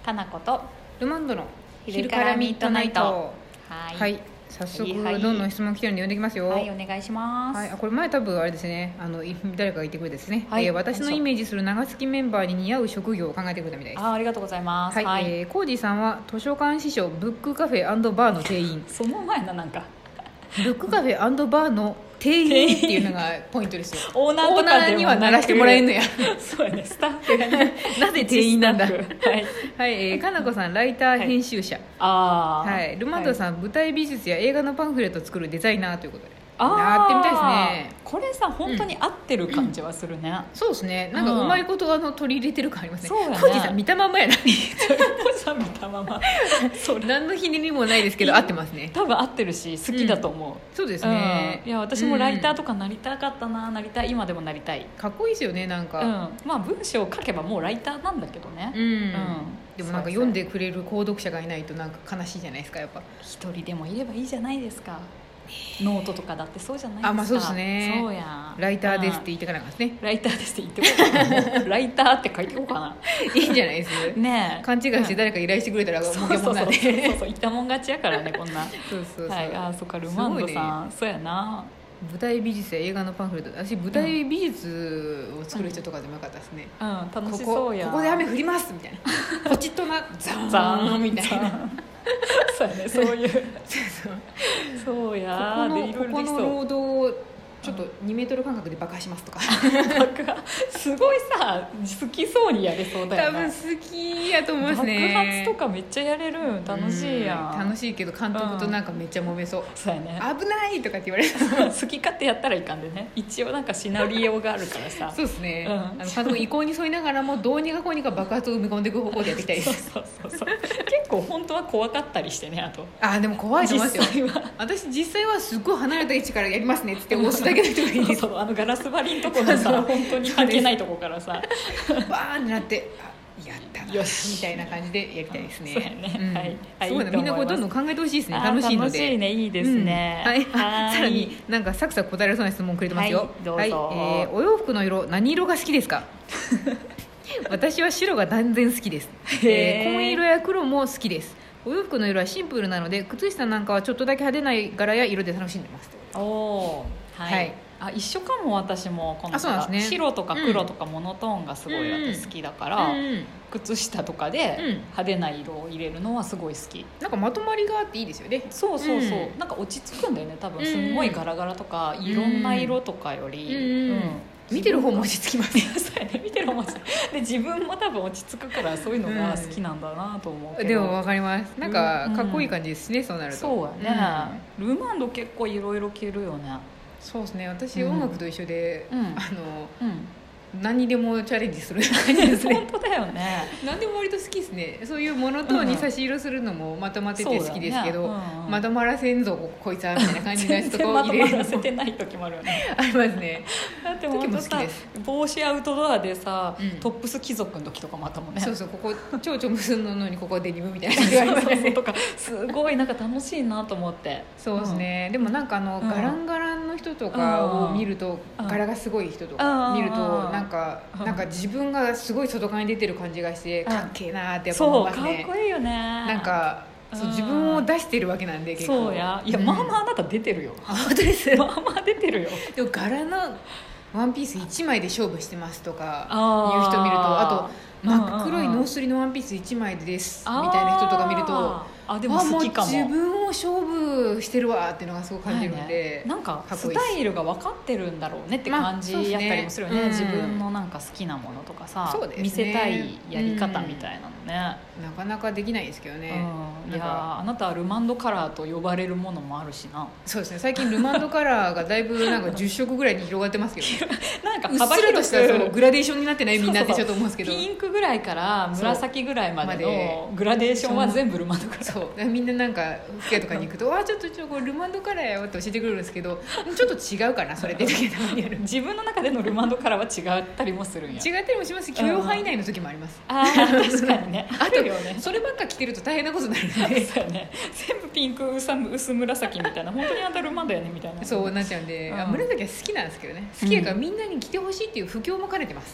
かなことルマンドの昼からミッドナイト。 はい、早速どんどん質問来てるんで読んでいきますよ。 はい、お願いします。 はい、これ前多分あれですね、誰かが言ってくれたですね、 はい、 私のイメージする長月メンバーに似合う職業を考えてくれたみたいです。 ありがとうございます。 はい、コージーさんは図書館司書ブックカフェ&バーの店員。 その前なんかブックカフェ&バーの店員っていうのがポイントですよ。 オーナーとかでもにはならしてもらえんのや。 そうやね、スタッフがねなぜ店員なんだ。 はい、 かなこさんライター編集者。はい、ルマンドさん、舞台美術や映画のパンフレットを作るデザイナーということで。やってみたいですね。 これさ本当に合ってる感じはするね。 そうですね。なんかうまいこと取り入れてる感ありますね。 そうやね。 コージさん見たまんまやな。 コージさん見たまま。 何のひねりもないですけど合ってますね。 多分合ってるし好きだと思う。 そうですね。 いや私もライターとかなりたかったな、なりたい、今でもなりたい。 かっこいいですよね、なんか。 まあ文章を書けばもうライターなんだけどね。 でもなんか読んでくれる購読者がいないとなんか悲しいじゃないですか、やっぱ。 一人でもいればいいじゃないですか。ノートとかだってそうじゃないですか。 まあそうですね。 そうや。 ライターですって言ってからなんですね。 ライターですって言ってこうかな。ライターって書いてこうかな。 いいんじゃないです。 ね勘違いして誰か依頼してくれたらもうけもんなんで。 そう言ったもん勝ちやからね、こんな。 そう。 はい、そっか、ルマンドさん、そうやな。 舞台美術や映画のパンフレット、私舞台美術を作る人とかでもよかったですね。 楽しそうや。 ここで雨降りますみたいな。ポチッとなザーンみたいな。 そうやね、そういうそうやここの労働をちょっと2メートル間隔で爆破しますとか。 すごいさ好きそうにやれそうだよね。 多分好きやと思いますね。 爆発とかめっちゃやれる。楽しいやん。 楽しいけど監督となんかめっちゃ揉めそう。 そうやね。 危ないとかって言われる。 好き勝手やったらいかんでね。一応なんかシナリオがあるからさ。 そうですね。監督意向に沿いながらもどうにかこうにか爆発を埋め込んでいく方向でやっていきたいです。 そう結構本当は怖かったりしてね。 でも怖いと思いますよ。私実際はすっごい離れた位置からやりますねって押すだけの人がいいです。 そうガラス張りのところさ本当に関係ないとこからさバーンってなってやったなよしみたいな感じでやりたいですね。 そうやね。はい。 すごいな、みんなこれどんどん考えてほしいですね。楽しいので。 楽しいね、いいですね。 はい。さらになんかサクサク答えられそうな質問くれてますよ。 どうぞ。 お洋服の色何色が好きですか？私は白が断然好きです。紺色や黒も好きです。お洋服の色はシンプルなので靴下なんかはちょっとだけ派手な柄や色で楽しんでます。 はい。一緒かも。私もこの白とか黒とかモノトーンがすごい私好きだから、靴下とかで派手な色を入れるのはすごい好き。 なんかまとまりがあっていいですよね。 そう、なんか落ち着くんだよね多分。すごいガラガラとかいろんな色とかより見てる方も落ち着きます。 そうやね、見てる方も落ち着く。で自分も多分落ち着くからそういうのが好きなんだなと思うけど。 でも分かります。なんかかっこいい感じですね、そうなると。 そうやね。ルマンド結構いろいろ着るよね。 そうですね。私音楽と一緒で何にでもチャレンジする感じですね。 本当だよね。 何でも割と好きですね。そういうモノトーンに差し色するのもまとまってて好きですけど、まとまらせんぞこいつはみたいな感じのやつとかを入れるのもまとまらせてない時もあるよね。 ありますね。 だって本当さ帽子アウトドアでさ、トップス貴族の時とかもあったもんね。 そうここ蝶々結んだのにここはデニムみたいな感じがありますね。 とかすごいなんか楽しいなと思って。 そうですね。でもなんかガランガランの人とかを見ると、柄がすごい人とか見るとなんか自分がすごい外側に出てる感じがしてかっけえなーってやっぱ思いますね。 そうかっこいいよね。 なんか自分を出してるわけなんで結構。 そうや。いや、まあまああなた出てるよ。 本当です。 まあまあ出てるよ。 でも柄のワンピース1枚で勝負してますとかいう人見ると、あと真っ黒いノースリのワンピース1枚ですみたいな人とか見ると、 でも好きかも。 自分を勝負してるわっていうのがすごく感じるので、 なんかスタイルが分かってるんだろうねって感じやったりもするよね。自分のなんか好きなものとかさ、見せたいやり方みたいなのね。 なかなかできないですけどね。 いやあなたはルマンドカラーと呼ばれるものもあるしな。 そうですね。最近ルマンドカラーがだいぶなんか10色ぐらいに広がってますけど、 なんか幅広としたグラデーションになってないみんなってちょっと思うんですけど、 ピンクぐらいから紫ぐらいまでのグラデーションは全部ルマンドカラー。 そうみんななんか服屋とかに行くとちょっとこれルマンドカラーやよって教えてくれるんですけど、ちょっと違うかなそれって時たまにある。 自分の中でのルマンドカラーは違ったりもするんや。 違ったりもしますし、許容範囲内の時もあります。 確かにね。 あとよね、そればっか着てると大変なことになるんで。 そうやね。全部ピンク薄紫みたいな、本当にあんたルマンドやねみたいな。 そうなっちゃうんで、紫は好きなんですけどね。好きやからみんなに着てほしいっていう布教も兼ねてます。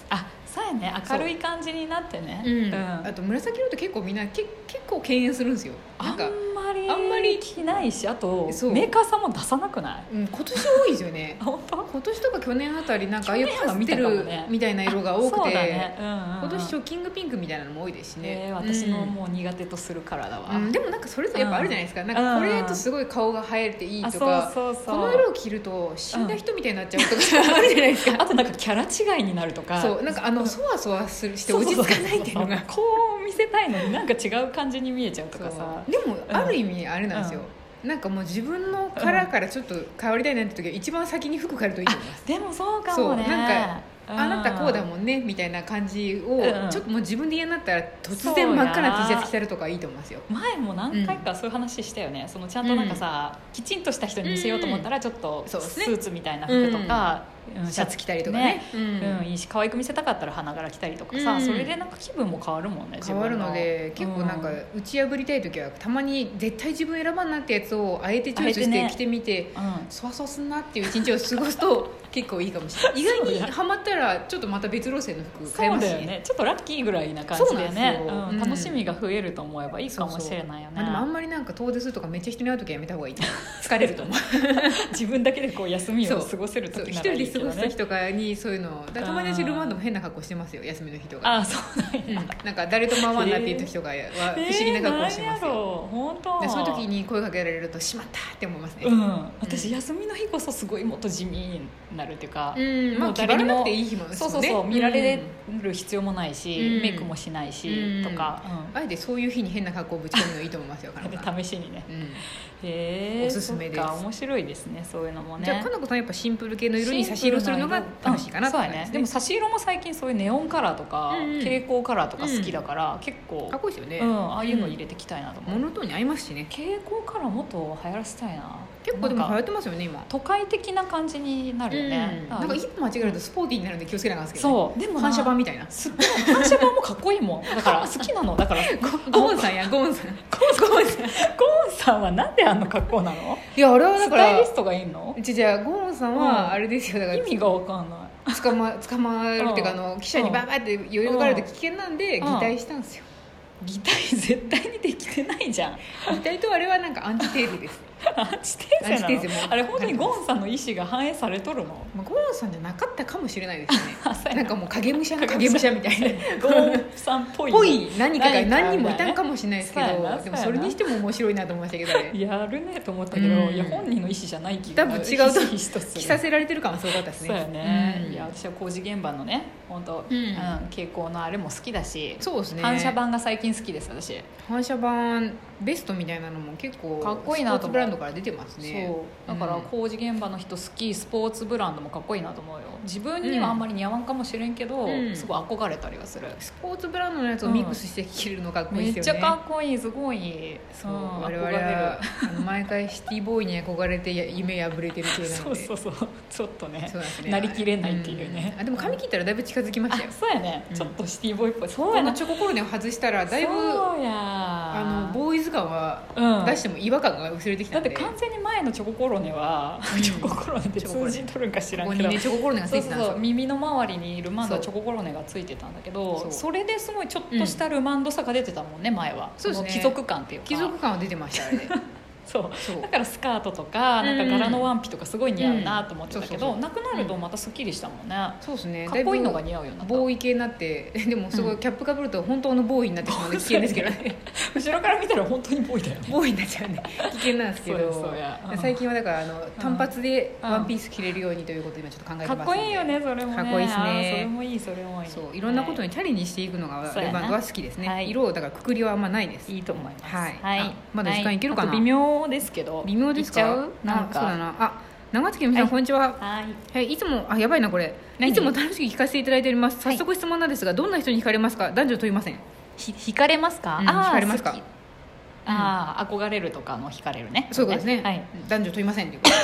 そうやね、明るい感じになってね、 あと紫色って結構みんな結構敬遠するんですよ。なんかあんまり着ないし、あとメーカーさんも出さなくない？ 今年多いですよね本当？ 今年とか去年あたりなんかああいうパステルみたいな色が多くて、ね、今年ショッキングピンクみたいなのも多いですしね、 私のもう苦手とするカラーだわ、 でもなんかそれぞれやっぱあるじゃないですか、なんかこれとすごい顔が映えていいとか、この色を着ると死んだ人みたいになっちゃうとかあるじゃないですかあとなんかキャラ違いになるとか、 そうなんかそわそわして落ち着かないっていうのがこう見せたいのになんか違う感じに見えちゃうとかさ。 でもある意味あれなんですよ、なんかもう自分のカラーからちょっと変わりたいなって時は一番先に服変えるといいと思います。 でもそうかもね。 そうなんかあなたこうだもんねみたいな感じをちょっともう自分で嫌になったら突然真っ赤な T シャツ着たるとかいいと思いますよ。 前も何回かそういう話したよね、そのちゃんとなんかさ、きちんとした人に見せようと思ったらちょっとスーツみたいな服とか、 シャツ着たりとかね、 いいし、可愛く見せたかったら花柄着たりとかさ、それでなんか気分も変わるもんね。 変わるので結構なんか打ち破りたい時はたまに絶対自分選ばんなってやつをあえてチョイスして着てみて、そわそわすんなっていう一日を過ごすと結構いいかもしれない。意外にハマったらちょっとまた別路線の服買えますし、 そうだよね、ちょっとラッキーぐらいな感じでね、楽しみが増えると思えばいいかもしれないよね。 でもあんまりなんか遠出するとかめっちゃ人に会う時はやめた方がいい疲れると思う自分だけでこう休みを過ごせる時ならいいけどね。 一人で過ごす時とかにそういうのたまに私ルマンドも変な格好してますよ、休みの日とか。 あ、そうなんや、 なんか誰とも会わんなっていう時とかは不思議な格好してますよ。 本当。 でそういう時に声かけられるとしまったって思いますね。 私休みの日こそすごいもっと地味になるっていうか、 もう誰にもいい日もそう見られる必要もないし、メイクもしないしとか、 あえてそういう日に変な格好をぶち込むのいいと思いますよ。 試しにね。 おすすめです。 面白いですね、そういうのもね。 じゃあかなこさんやっぱシンプル系の色に差し色するのが楽しいかな。 そうやね。でも差し色も最近そういうネオンカラーとか蛍光カラーとか好きだから結構かっこいいですよね。 ああいうの入れていきたいなと思う。 モノトーンに合いますしね。 蛍光カラーもっと流行らせたいな。 結構でも流行ってますよね今。 都会的な感じになるよね。 なんか一歩間違えるとスポーティーになるんで気をつけながらですけど。 そう。でも反射板みたいな。 反射板もかっこいいもん。だから好きなの。だからゴーンさんやゴーンさんはなんであんな格好なの？ いやあれはだからスタイリストがいいの？ じゃあゴーンさんはあれですよ、だから意味がわかんない。 捕まるっていうか記者にバーバーって余裕があると危険なんで擬態したんですよ。 擬態絶対にできてないじゃん。 擬態とあれはなんかアンチテーゼです。 アンチテーゼなの？あれ本当にゴーンさんの意思が反映されとるの？ ゴーンさんじゃなかったかもしれないですねなんかもう影武者みたいなゴーンさんっぽい何かが何人もいたんかもしれないですけど、でもそれにしても面白いなと思いましたけどやるねと思ったけど、いや本人の意思じゃない気が多分違うと着させられてるかもすごかったですね。 そうやね、いや私は工事現場のね本当、蛍光のあれも好きだし、 そうですね、 反射板が最近好きです私。 反射板ベストみたいなのも結構かっこいいなと思う。 スポーツブランドから出てますね。 そうだから工事現場の人好き、スポーツブランドもかっこいいなと思うよ。自分にはあんまり似合わんかもしれんけど、すごい憧れたりはする。 スポーツブランドのやつをミックスして着るのかっこいいですよね。 めっちゃかっこいい、すごい。 そう我々は毎回シティボーイに憧れて夢破れてる系なのでそうちょっとねなりきれないっていうね。 でも髪切ったらだいぶ近づきましたよ。 そうやね、ちょっとシティボーイっぽい。 そうやな、チョココロネを外したらだいぶボーイズ感は出しても違和感が薄れてきたんで、 だって完全に前のチョココロネはチョココロネで通じとるんか知らんけど、 ここにねチョココロネがついてたんですよ。 耳の周りにルマンドはチョココロネがついてたんだけど、それですごいちょっとしたルマンドさが出てたもんね前は。 そうですね、 貴族感っていうか貴族感は出てましたあれでそうだからスカートとかなんか柄のワンピとかすごい似合うなと思ってたけど、なくなるとまたすっきりしたもんね。 そうですね、 かっこいいのが似合うようになった。 ボーイ系になってでもすごいキャップかぶると本当のボーイになってしまうので危険ですけどね後ろから見たら本当にボーイだよね。 ボーイになっちゃうんで危険なんですけど最近はだから単発でワンピース着れるようにということで今ちょっと考えてますので。 かっこいいよねそれもね。 かっこいいですね。 それもいいそれもいい。 そういろんなことにチャレンジしていくのがレバンドは好きですね。色をだからくくりはあんまないです。 いいと思います。 はい。まだ時間いけるかな。 微妙ですけど。 微妙ですか？なんかそうだな。長月美さん、こんにちは。はい。いつもやばいなこれ。いつも楽しく聞かせていただいております。早速質問なんですが、どんな人に惹かれますか？男女問いません。 惹かれますか？ 惹かれますか？ 憧れるとかの惹かれるね。 そういうことですね。男女問いませんっていうこと。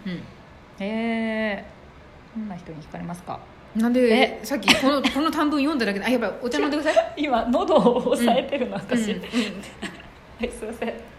どんな人に惹かれますか？ なんでさっきこの短文読んだだけでやばいお茶飲んでください。 今喉を押さえてるの私。はいすいません。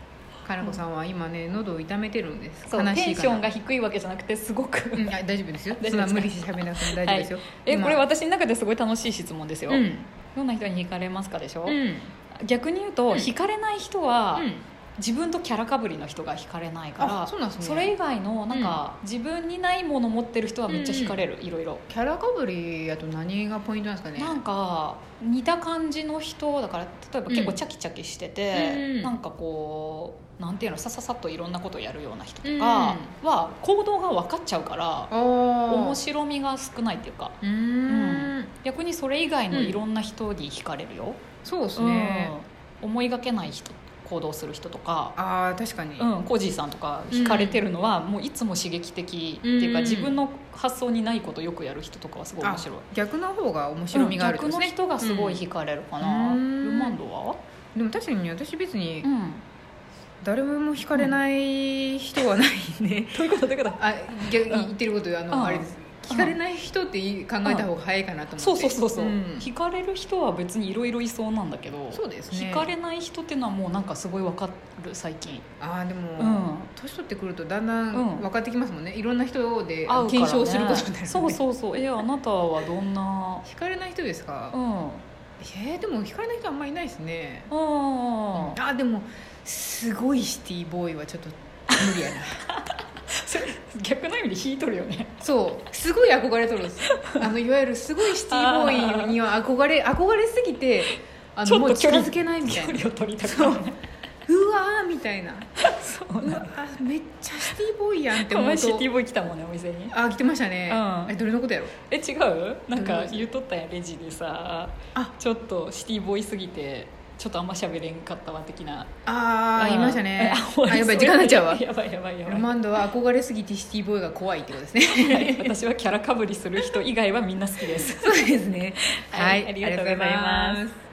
かなこさんは今ね喉を痛めてるんです。 そうテンションが低いわけじゃなくてすごく大丈夫ですよ。そんな無理して喋らなくても大丈夫ですよ、 はい、これ私の中ですごい楽しい質問ですよ、どんな人に惹かれますかでしょ、逆に言うと、惹かれない人は、自分とキャラかぶりの人が惹かれないから、 それ以外のなんか、自分にないもの持ってる人はめっちゃ惹かれる、いろいろ。 キャラかぶりやと何がポイントなんですかね。 なんか似た感じの人だから、例えば結構チャキチャキしてて、なんかこうなんていうの、さささっといろんなことをやるような人とかは、行動が分かっちゃうから面白みが少ないっていうか、逆にそれ以外のいろんな人に惹かれるよ、 そうですね、 思いがけない人、行動する人とか、 確かに、 コージーさんとか惹かれてるのは、もういつも刺激的っていうか、自分の発想にないことをよくやる人とかはすごい面白い。 逆の方が面白みがあるんですね、 逆の人がすごい惹かれるかな、ルマンドは。 でも確かに私別に、誰も惹かれない人はないね、 どういうことだから言ってることあれです、惹かれない人って考えた方が早いかなと思って、 そう、惹かれる人は別にいろいろいそうなんだけど、 そうですね、 惹かれない人っていうのはもうなんかすごい分かる最近。 でも、年取ってくるとだんだん分かってきますもんね、いろんな人で検証することになる、ね、 そうあなたはどんな惹かれない人ですか。でも惹かれない人あんまりいないですね。でもすごいシティボーイはちょっと無理やなそれ逆の意味で引いとるよね。 そうすごい憧れとるんですいわゆるすごいシティボーイには憧れすぎてちょっともう近づけないみたいな、 距離を取りたくない、 うわーみたいなそうなんめっちゃシティボーイやんって思うと、 シティボーイ来たもんね、お店に。 来てましたね、どれのことやろ。 違う、なんか言うとったやん、レジでさ、ちょっとシティボーイすぎてちょっとあんま喋れんかったわ的な。 言いましたね。やばい時間になっちゃうわ。 やばいルマンドは憧れすぎてシティボーイが怖いってことですね私はキャラかぶりする人以外はみんな好きですそうですね、 はい、ありがとうございます。